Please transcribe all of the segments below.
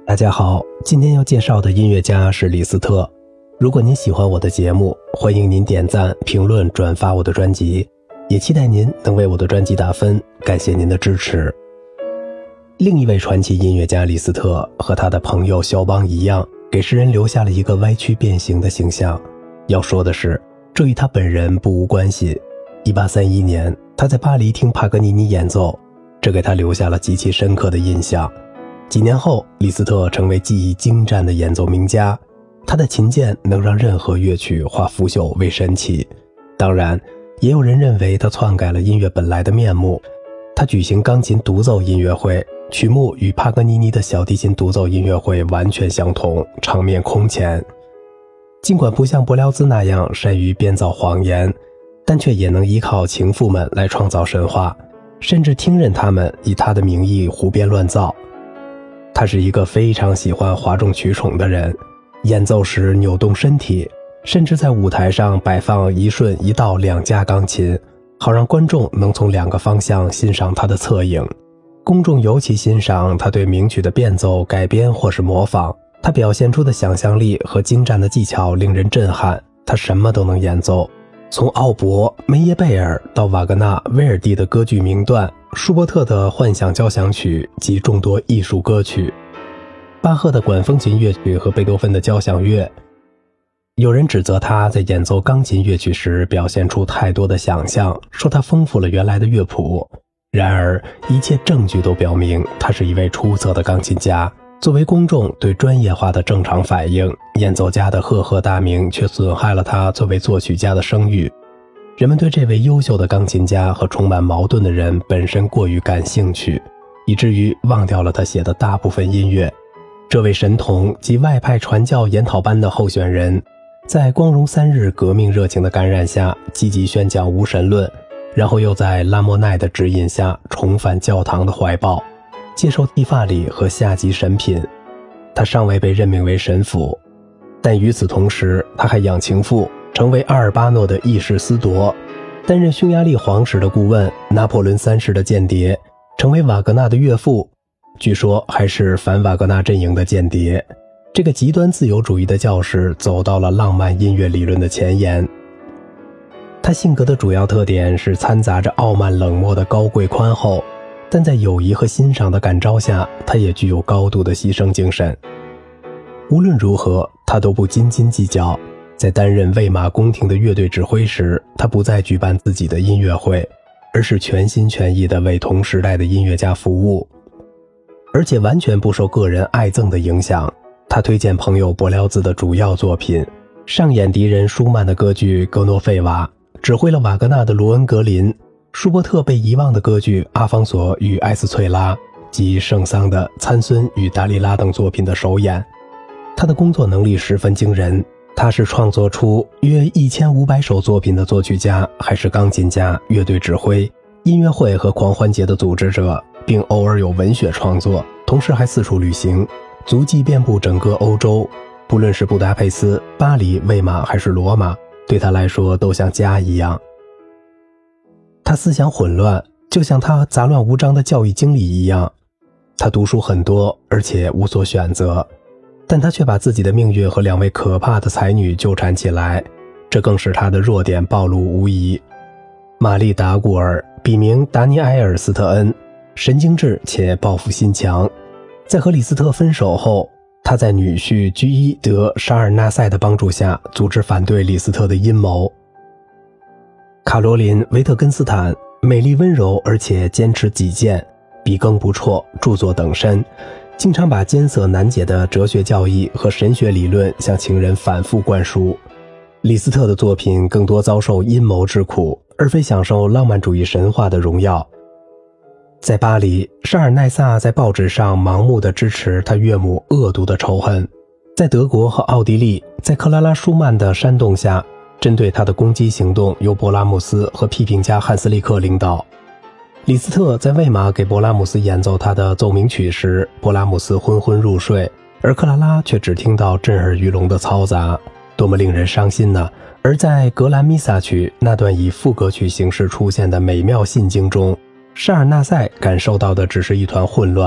大家好，今天要介绍的音乐家是李斯特。如果您喜欢我的节目，欢迎您点赞、评论、转发我的专辑，也期待您能为我的专辑打分，感谢您的支持。另一位传奇音乐家李斯特和他的朋友肖邦一样，给世人留下了一个歪曲变形的形象。要说的是，这与他本人不无关系。1831年，他在巴黎听帕格尼尼演奏，这给他留下了极其深刻的印象。几年后，李斯特成为技艺精湛的演奏名家，他的琴键能让任何乐曲化腐朽为神奇。当然，也有人认为他篡改了音乐本来的面目。他举行钢琴独奏音乐会，曲目与帕格尼尼的小提琴独奏音乐会完全相同，场面空前。尽管不像柏辽兹那样善于编造谎言，但却也能依靠情妇们来创造神话，甚至听任他们以他的名义胡编乱造。他是一个非常喜欢哗众取宠的人，演奏时扭动身体，甚至在舞台上摆放一顺一倒两架钢琴，好让观众能从两个方向欣赏他的侧影。公众尤其欣赏他对名曲的变奏、改编或是模仿，他表现出的想象力和精湛的技巧令人震撼，他什么都能演奏。从奥伯、梅耶贝尔到瓦格纳、威尔第的歌剧名段，舒伯特的幻想交响曲及众多艺术歌曲，巴赫的管风琴乐曲和贝多芬的交响乐。有人指责他在演奏钢琴乐曲时表现出太多的想象，说他丰富了原来的乐谱。然而，一切证据都表明他是一位出色的钢琴家。作为公众对专业化的正常反应，演奏家的赫赫大名却损害了他作为作曲家的声誉。人们对这位优秀的钢琴家和充满矛盾的人本身过于感兴趣，以至于忘掉了他写的大部分音乐。这位神童及外派传教研讨班的候选人，在光荣三日革命热情的感染下积极宣讲无神论，然后又在拉莫奈的指引下重返教堂的怀抱，接受剃发礼和下级审品。他尚未被任命为神父，但与此同时他还养情妇，成为阿尔巴诺的义士司铎，担任匈牙利皇室的顾问，拿破仑三世的间谍，成为瓦格纳的岳父，据说还是反瓦格纳阵营的间谍。这个极端自由主义的教士走到了浪漫音乐理论的前沿。他性格的主要特点是掺杂着傲慢冷漠的高贵宽厚，但在友谊和欣赏的感召下，他也具有高度的牺牲精神。无论如何，他都不斤斤计较。在担任魏玛宫廷的乐队指挥时，他不再举办自己的音乐会，而是全心全意地为同时代的音乐家服务，而且完全不受个人爱憎的影响。他推荐朋友柏辽兹的主要作品，上演敌人舒曼的歌剧《格诺费瓦》，指挥了瓦格纳的《罗恩格林》，舒伯特被遗忘的歌剧《阿方索与埃斯翠拉》及圣桑的《参孙与达利拉》等作品的首演。他的工作能力十分惊人，他是创作出约1500首作品的作曲家，还是钢琴家、乐队指挥、音乐会和狂欢节的组织者，并偶尔有文学创作，同时还四处旅行，足迹遍布整个欧洲。不论是布达佩斯、巴黎、魏玛还是罗马，对他来说都像家一样。他思想混乱，就像他杂乱无章的教育经历一样。他读书很多，而且无所选择，但他却把自己的命运和两位可怕的才女纠缠起来，这更使他的弱点暴露无遗。玛丽·达古尔，笔名达尼埃尔·斯特恩，神经质且报复心强。在和李斯特分手后，他在女婿居伊·德·沙尔纳塞的帮助下组织反对李斯特的阴谋。卡罗琳·维特根斯坦，美丽温柔而且坚持己见，笔耕不辍，著作等身，经常把艰涩难解的哲学教义和神学理论向情人反复灌输。李斯特的作品更多遭受阴谋之苦，而非享受浪漫主义神话的荣耀。在巴黎，沙尔奈萨在报纸上盲目地支持他岳母恶毒的仇恨。在德国和奥地利，在克拉拉·舒曼的煽动下，针对他的攻击行动由勃拉姆斯和批评家汉斯利克领导。李斯特在魏玛给勃拉姆斯演奏他的奏鸣曲时，勃拉姆斯昏昏入睡，而克拉拉却只听到震耳欲聋的嘈杂，多么令人伤心呢！而在格兰弥撒曲那段以副歌曲形式出现的美妙信经中，沙尔纳塞感受到的只是一团混乱，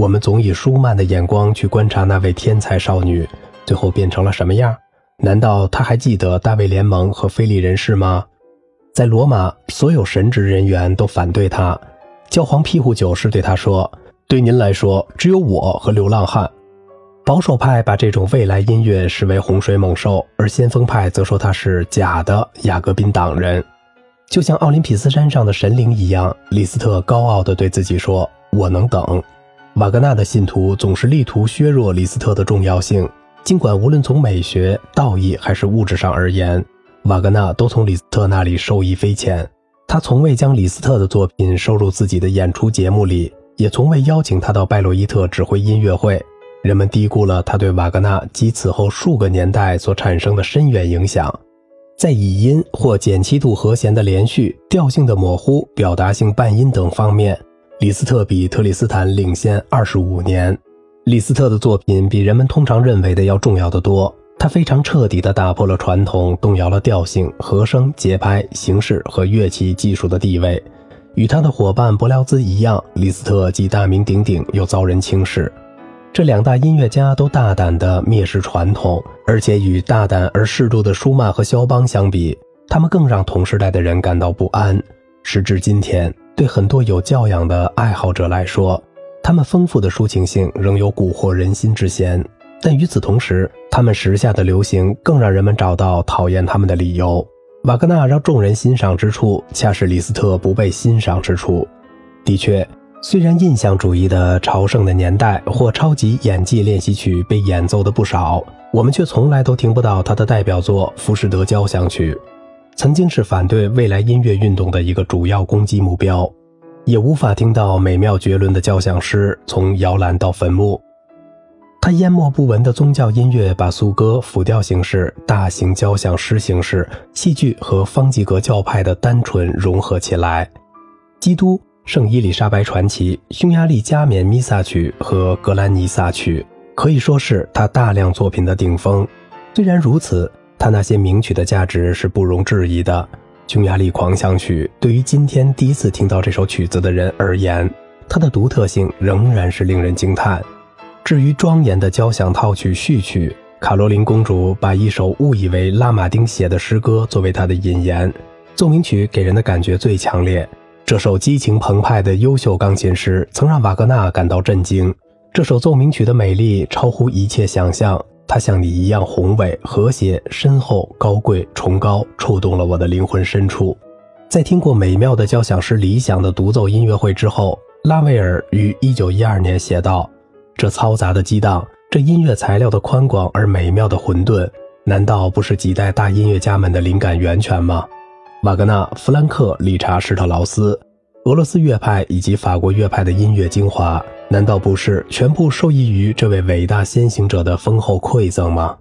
我们总以舒曼的眼光去观察那位天才少女，最后变成了什么样？难道她还记得大卫联盟和非利人士吗？在罗马，所有神职人员都反对她。教皇庇护九世对她说，对您来说，只有我和流浪汉。保守派把这种未来音乐视为洪水猛兽，而先锋派则说他是假的雅各宾党人。就像奥林匹斯山上的神灵一样，李斯特高傲地对自己说，我能等。瓦格纳的信徒总是力图削弱李斯特的重要性，尽管无论从美学、道义还是物质上而言，瓦格纳都从李斯特那里受益匪浅。他从未将李斯特的作品收入自己的演出节目里，也从未邀请他到拜洛伊特指挥音乐会。人们低估了他对瓦格纳及此后数个年代所产生的深远影响。在倚音或减七度和弦的连续、调性的模糊、表达性半音等方面，李斯特比特里斯坦领先25年。李斯特的作品比人们通常认为的要重要得多，他非常彻底地打破了传统，动摇了调性、和声、节拍、形式和乐器技术的地位。与他的伙伴伯辽兹一样，李斯特既大名鼎鼎又遭人轻视。这两大音乐家都大胆地蔑视传统，而且与大胆而适度的舒曼和肖邦相比，他们更让同时代的人感到不安。时至今天，对很多有教养的爱好者来说，他们丰富的抒情性仍有蛊惑人心之嫌，但与此同时，他们时下的流行更让人们找到讨厌他们的理由。瓦格纳让众人欣赏之处，恰是李斯特不被欣赏之处。的确，虽然印象主义的朝圣的年代或超级演技练习曲被演奏的不少，我们却从来都听不到他的代表作《浮士德交响曲》，曾经是反对未来音乐运动的一个主要攻击目标，也无法听到美妙绝伦的交响诗从摇篮到坟墓。他淹没不闻的宗教音乐把颂歌、辅调形式、大型交响诗形式、戏剧和方济各教派的单纯融合起来。基督、圣伊丽莎白传奇、匈牙利加冕弥撒曲和格兰尼撒曲可以说是他大量作品的顶峰。虽然如此，他那些名曲的价值是不容置疑的。匈牙利狂想曲对于今天第一次听到这首曲子的人而言，它的独特性仍然是令人惊叹。至于庄严的交响套曲序曲，卡罗琳公主把一首误以为拉马丁写的诗歌作为她的引言。奏鸣曲给人的感觉最强烈，这首激情澎湃的优秀钢琴诗曾让瓦格纳感到震惊。这首奏鸣曲的美丽超乎一切想象，它像你一样宏伟、和谐、深厚、高贵、崇高，触动了我的灵魂深处。在听过美妙的交响诗《理想》的独奏音乐会之后，拉威尔于1912年写道，这嘈杂的激荡，这音乐材料的宽广而美妙的混沌，难道不是几代大音乐家们的灵感源泉吗？瓦格纳、弗兰克、理查施特劳斯，俄罗斯乐派以及法国乐派的音乐精华，难道不是全部受益于这位伟大先行者的丰厚馈赠吗？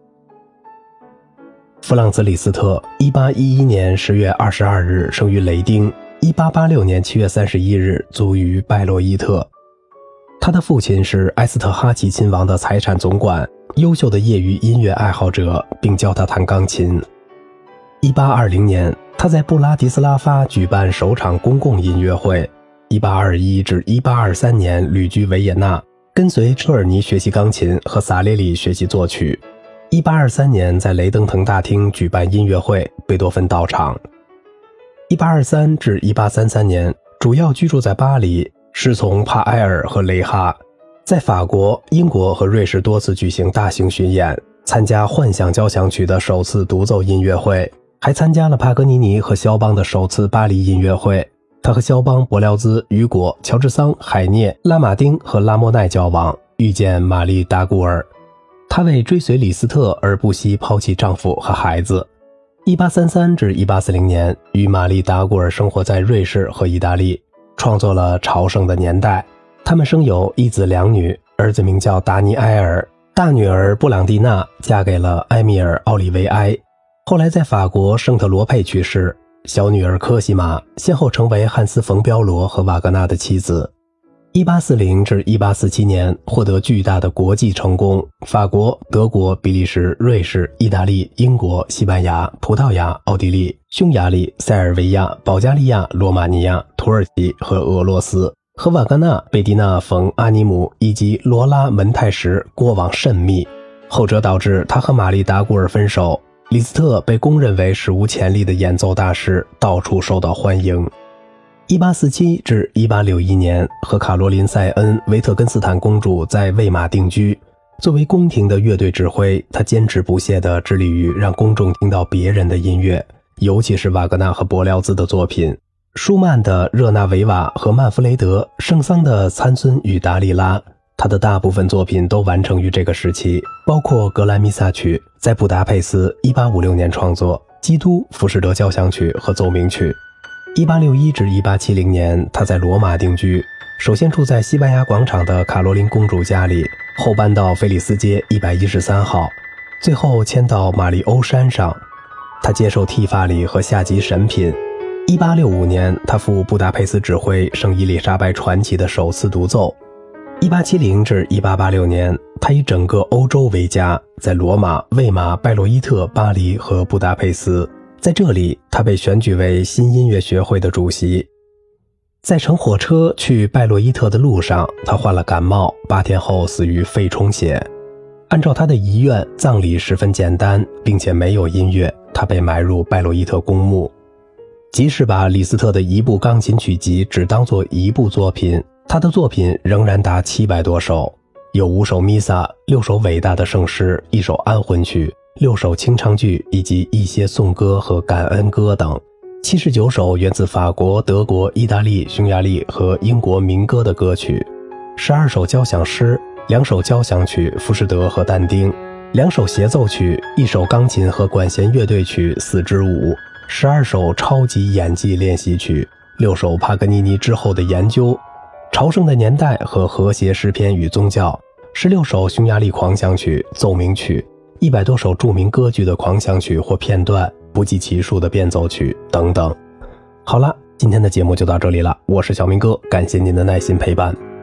弗朗茨·李斯特1811年10月22日生于雷丁，1886年7月31日卒于拜洛伊特。他的父亲是埃斯特哈奇亲王的财产总管，优秀的业余音乐爱好者，并教他弹钢琴。1820年，他在布拉迪斯拉发举办首场公共音乐会。1821至1823年旅居维也纳，跟随车尔尼学习钢琴和萨列里学习作曲。1823年在雷登腾大厅举办音乐会，贝多芬到场。1823至1833年主要居住在巴黎，师从帕埃尔和雷哈，在法国、英国和瑞士多次举行大型巡演，参加幻想交响曲的首次独奏音乐会，还参加了帕格尼尼和肖邦的首次巴黎音乐会。他和肖邦、伯辽兹、雨果、乔治桑、海涅、拉马丁和拉莫奈交往，遇见玛丽·达古尔。她为追随李斯特而不惜抛弃丈夫和孩子。1833至1840年，与玛丽·达古尔生活在瑞士和意大利，创作了《朝圣的年代》。他们生有一子两女，儿子名叫达尼埃尔，大女儿布朗蒂娜嫁给了埃米尔·奥里维埃，后来在法国圣特罗佩去世。小女儿科西玛先后成为汉斯·冯彪罗和瓦格纳的妻子。1840至1847年获得巨大的国际成功，法国、德国、比利时、瑞士、意大利、英国、西班牙、葡萄牙、奥地利、匈牙利、塞尔维亚、保加利亚、罗马尼亚、土耳其和俄罗斯和瓦格纳、贝蒂娜·冯·阿尼姆以及罗拉·门泰什过往甚密，后者导致他和玛丽·达古尔分手。李斯特被公认为史无前例的演奏大师，到处受到欢迎。1847至1861年，和卡罗琳·塞恩·维特根斯坦公主在魏玛定居。作为宫廷的乐队指挥，他坚持不懈地致力于让公众听到别人的音乐，尤其是瓦格纳和柏辽兹的作品。舒曼的热那维瓦和曼弗雷德，圣桑的参孙与达利拉，他的大部分作品都完成于这个时期，包括格兰弥撒曲，在布达佩斯1856年创作，基督、浮士德交响曲和奏鸣曲。1861至1870年，他在罗马定居，首先住在西班牙广场的卡罗琳公主家里，后搬到菲利斯街113号，最后迁到马里欧山上。他接受剃发礼和下级审品。1865年，他赴布达佩斯指挥圣伊丽莎白传奇的首次独奏。1870至1886年，他以整个欧洲为家，在罗马、魏玛、拜洛伊特、巴黎和布达佩斯。在这里，他被选举为新音乐学会的主席。在乘火车去拜洛伊特的路上，他患了感冒，8天后死于肺充血。按照他的遗愿，葬礼十分简单，并且没有音乐，他被埋入拜洛伊特公墓。即使把李斯特的一部钢琴曲集只当作一部作品，他的作品仍然达700多首，有5首弥撒、6首伟大的圣诗、1首安魂曲、6首清唱剧以及一些颂歌和感恩歌等。79首源自法国、德国、意大利、匈牙利和英国民歌的歌曲，12首交响诗，2首交响曲《浮士德》和但丁，2首协奏曲，1首钢琴和管弦乐队曲4支5，12首超级演技练习曲，6首帕格尼尼之后的研究，朝圣的年代和和谐诗篇与宗教，16首匈牙利狂想曲、奏鸣曲，100多首著名歌剧的狂想曲或片段，不计其数的变奏曲等等。好了，今天的节目就到这里了，我是小明哥，感谢您的耐心陪伴。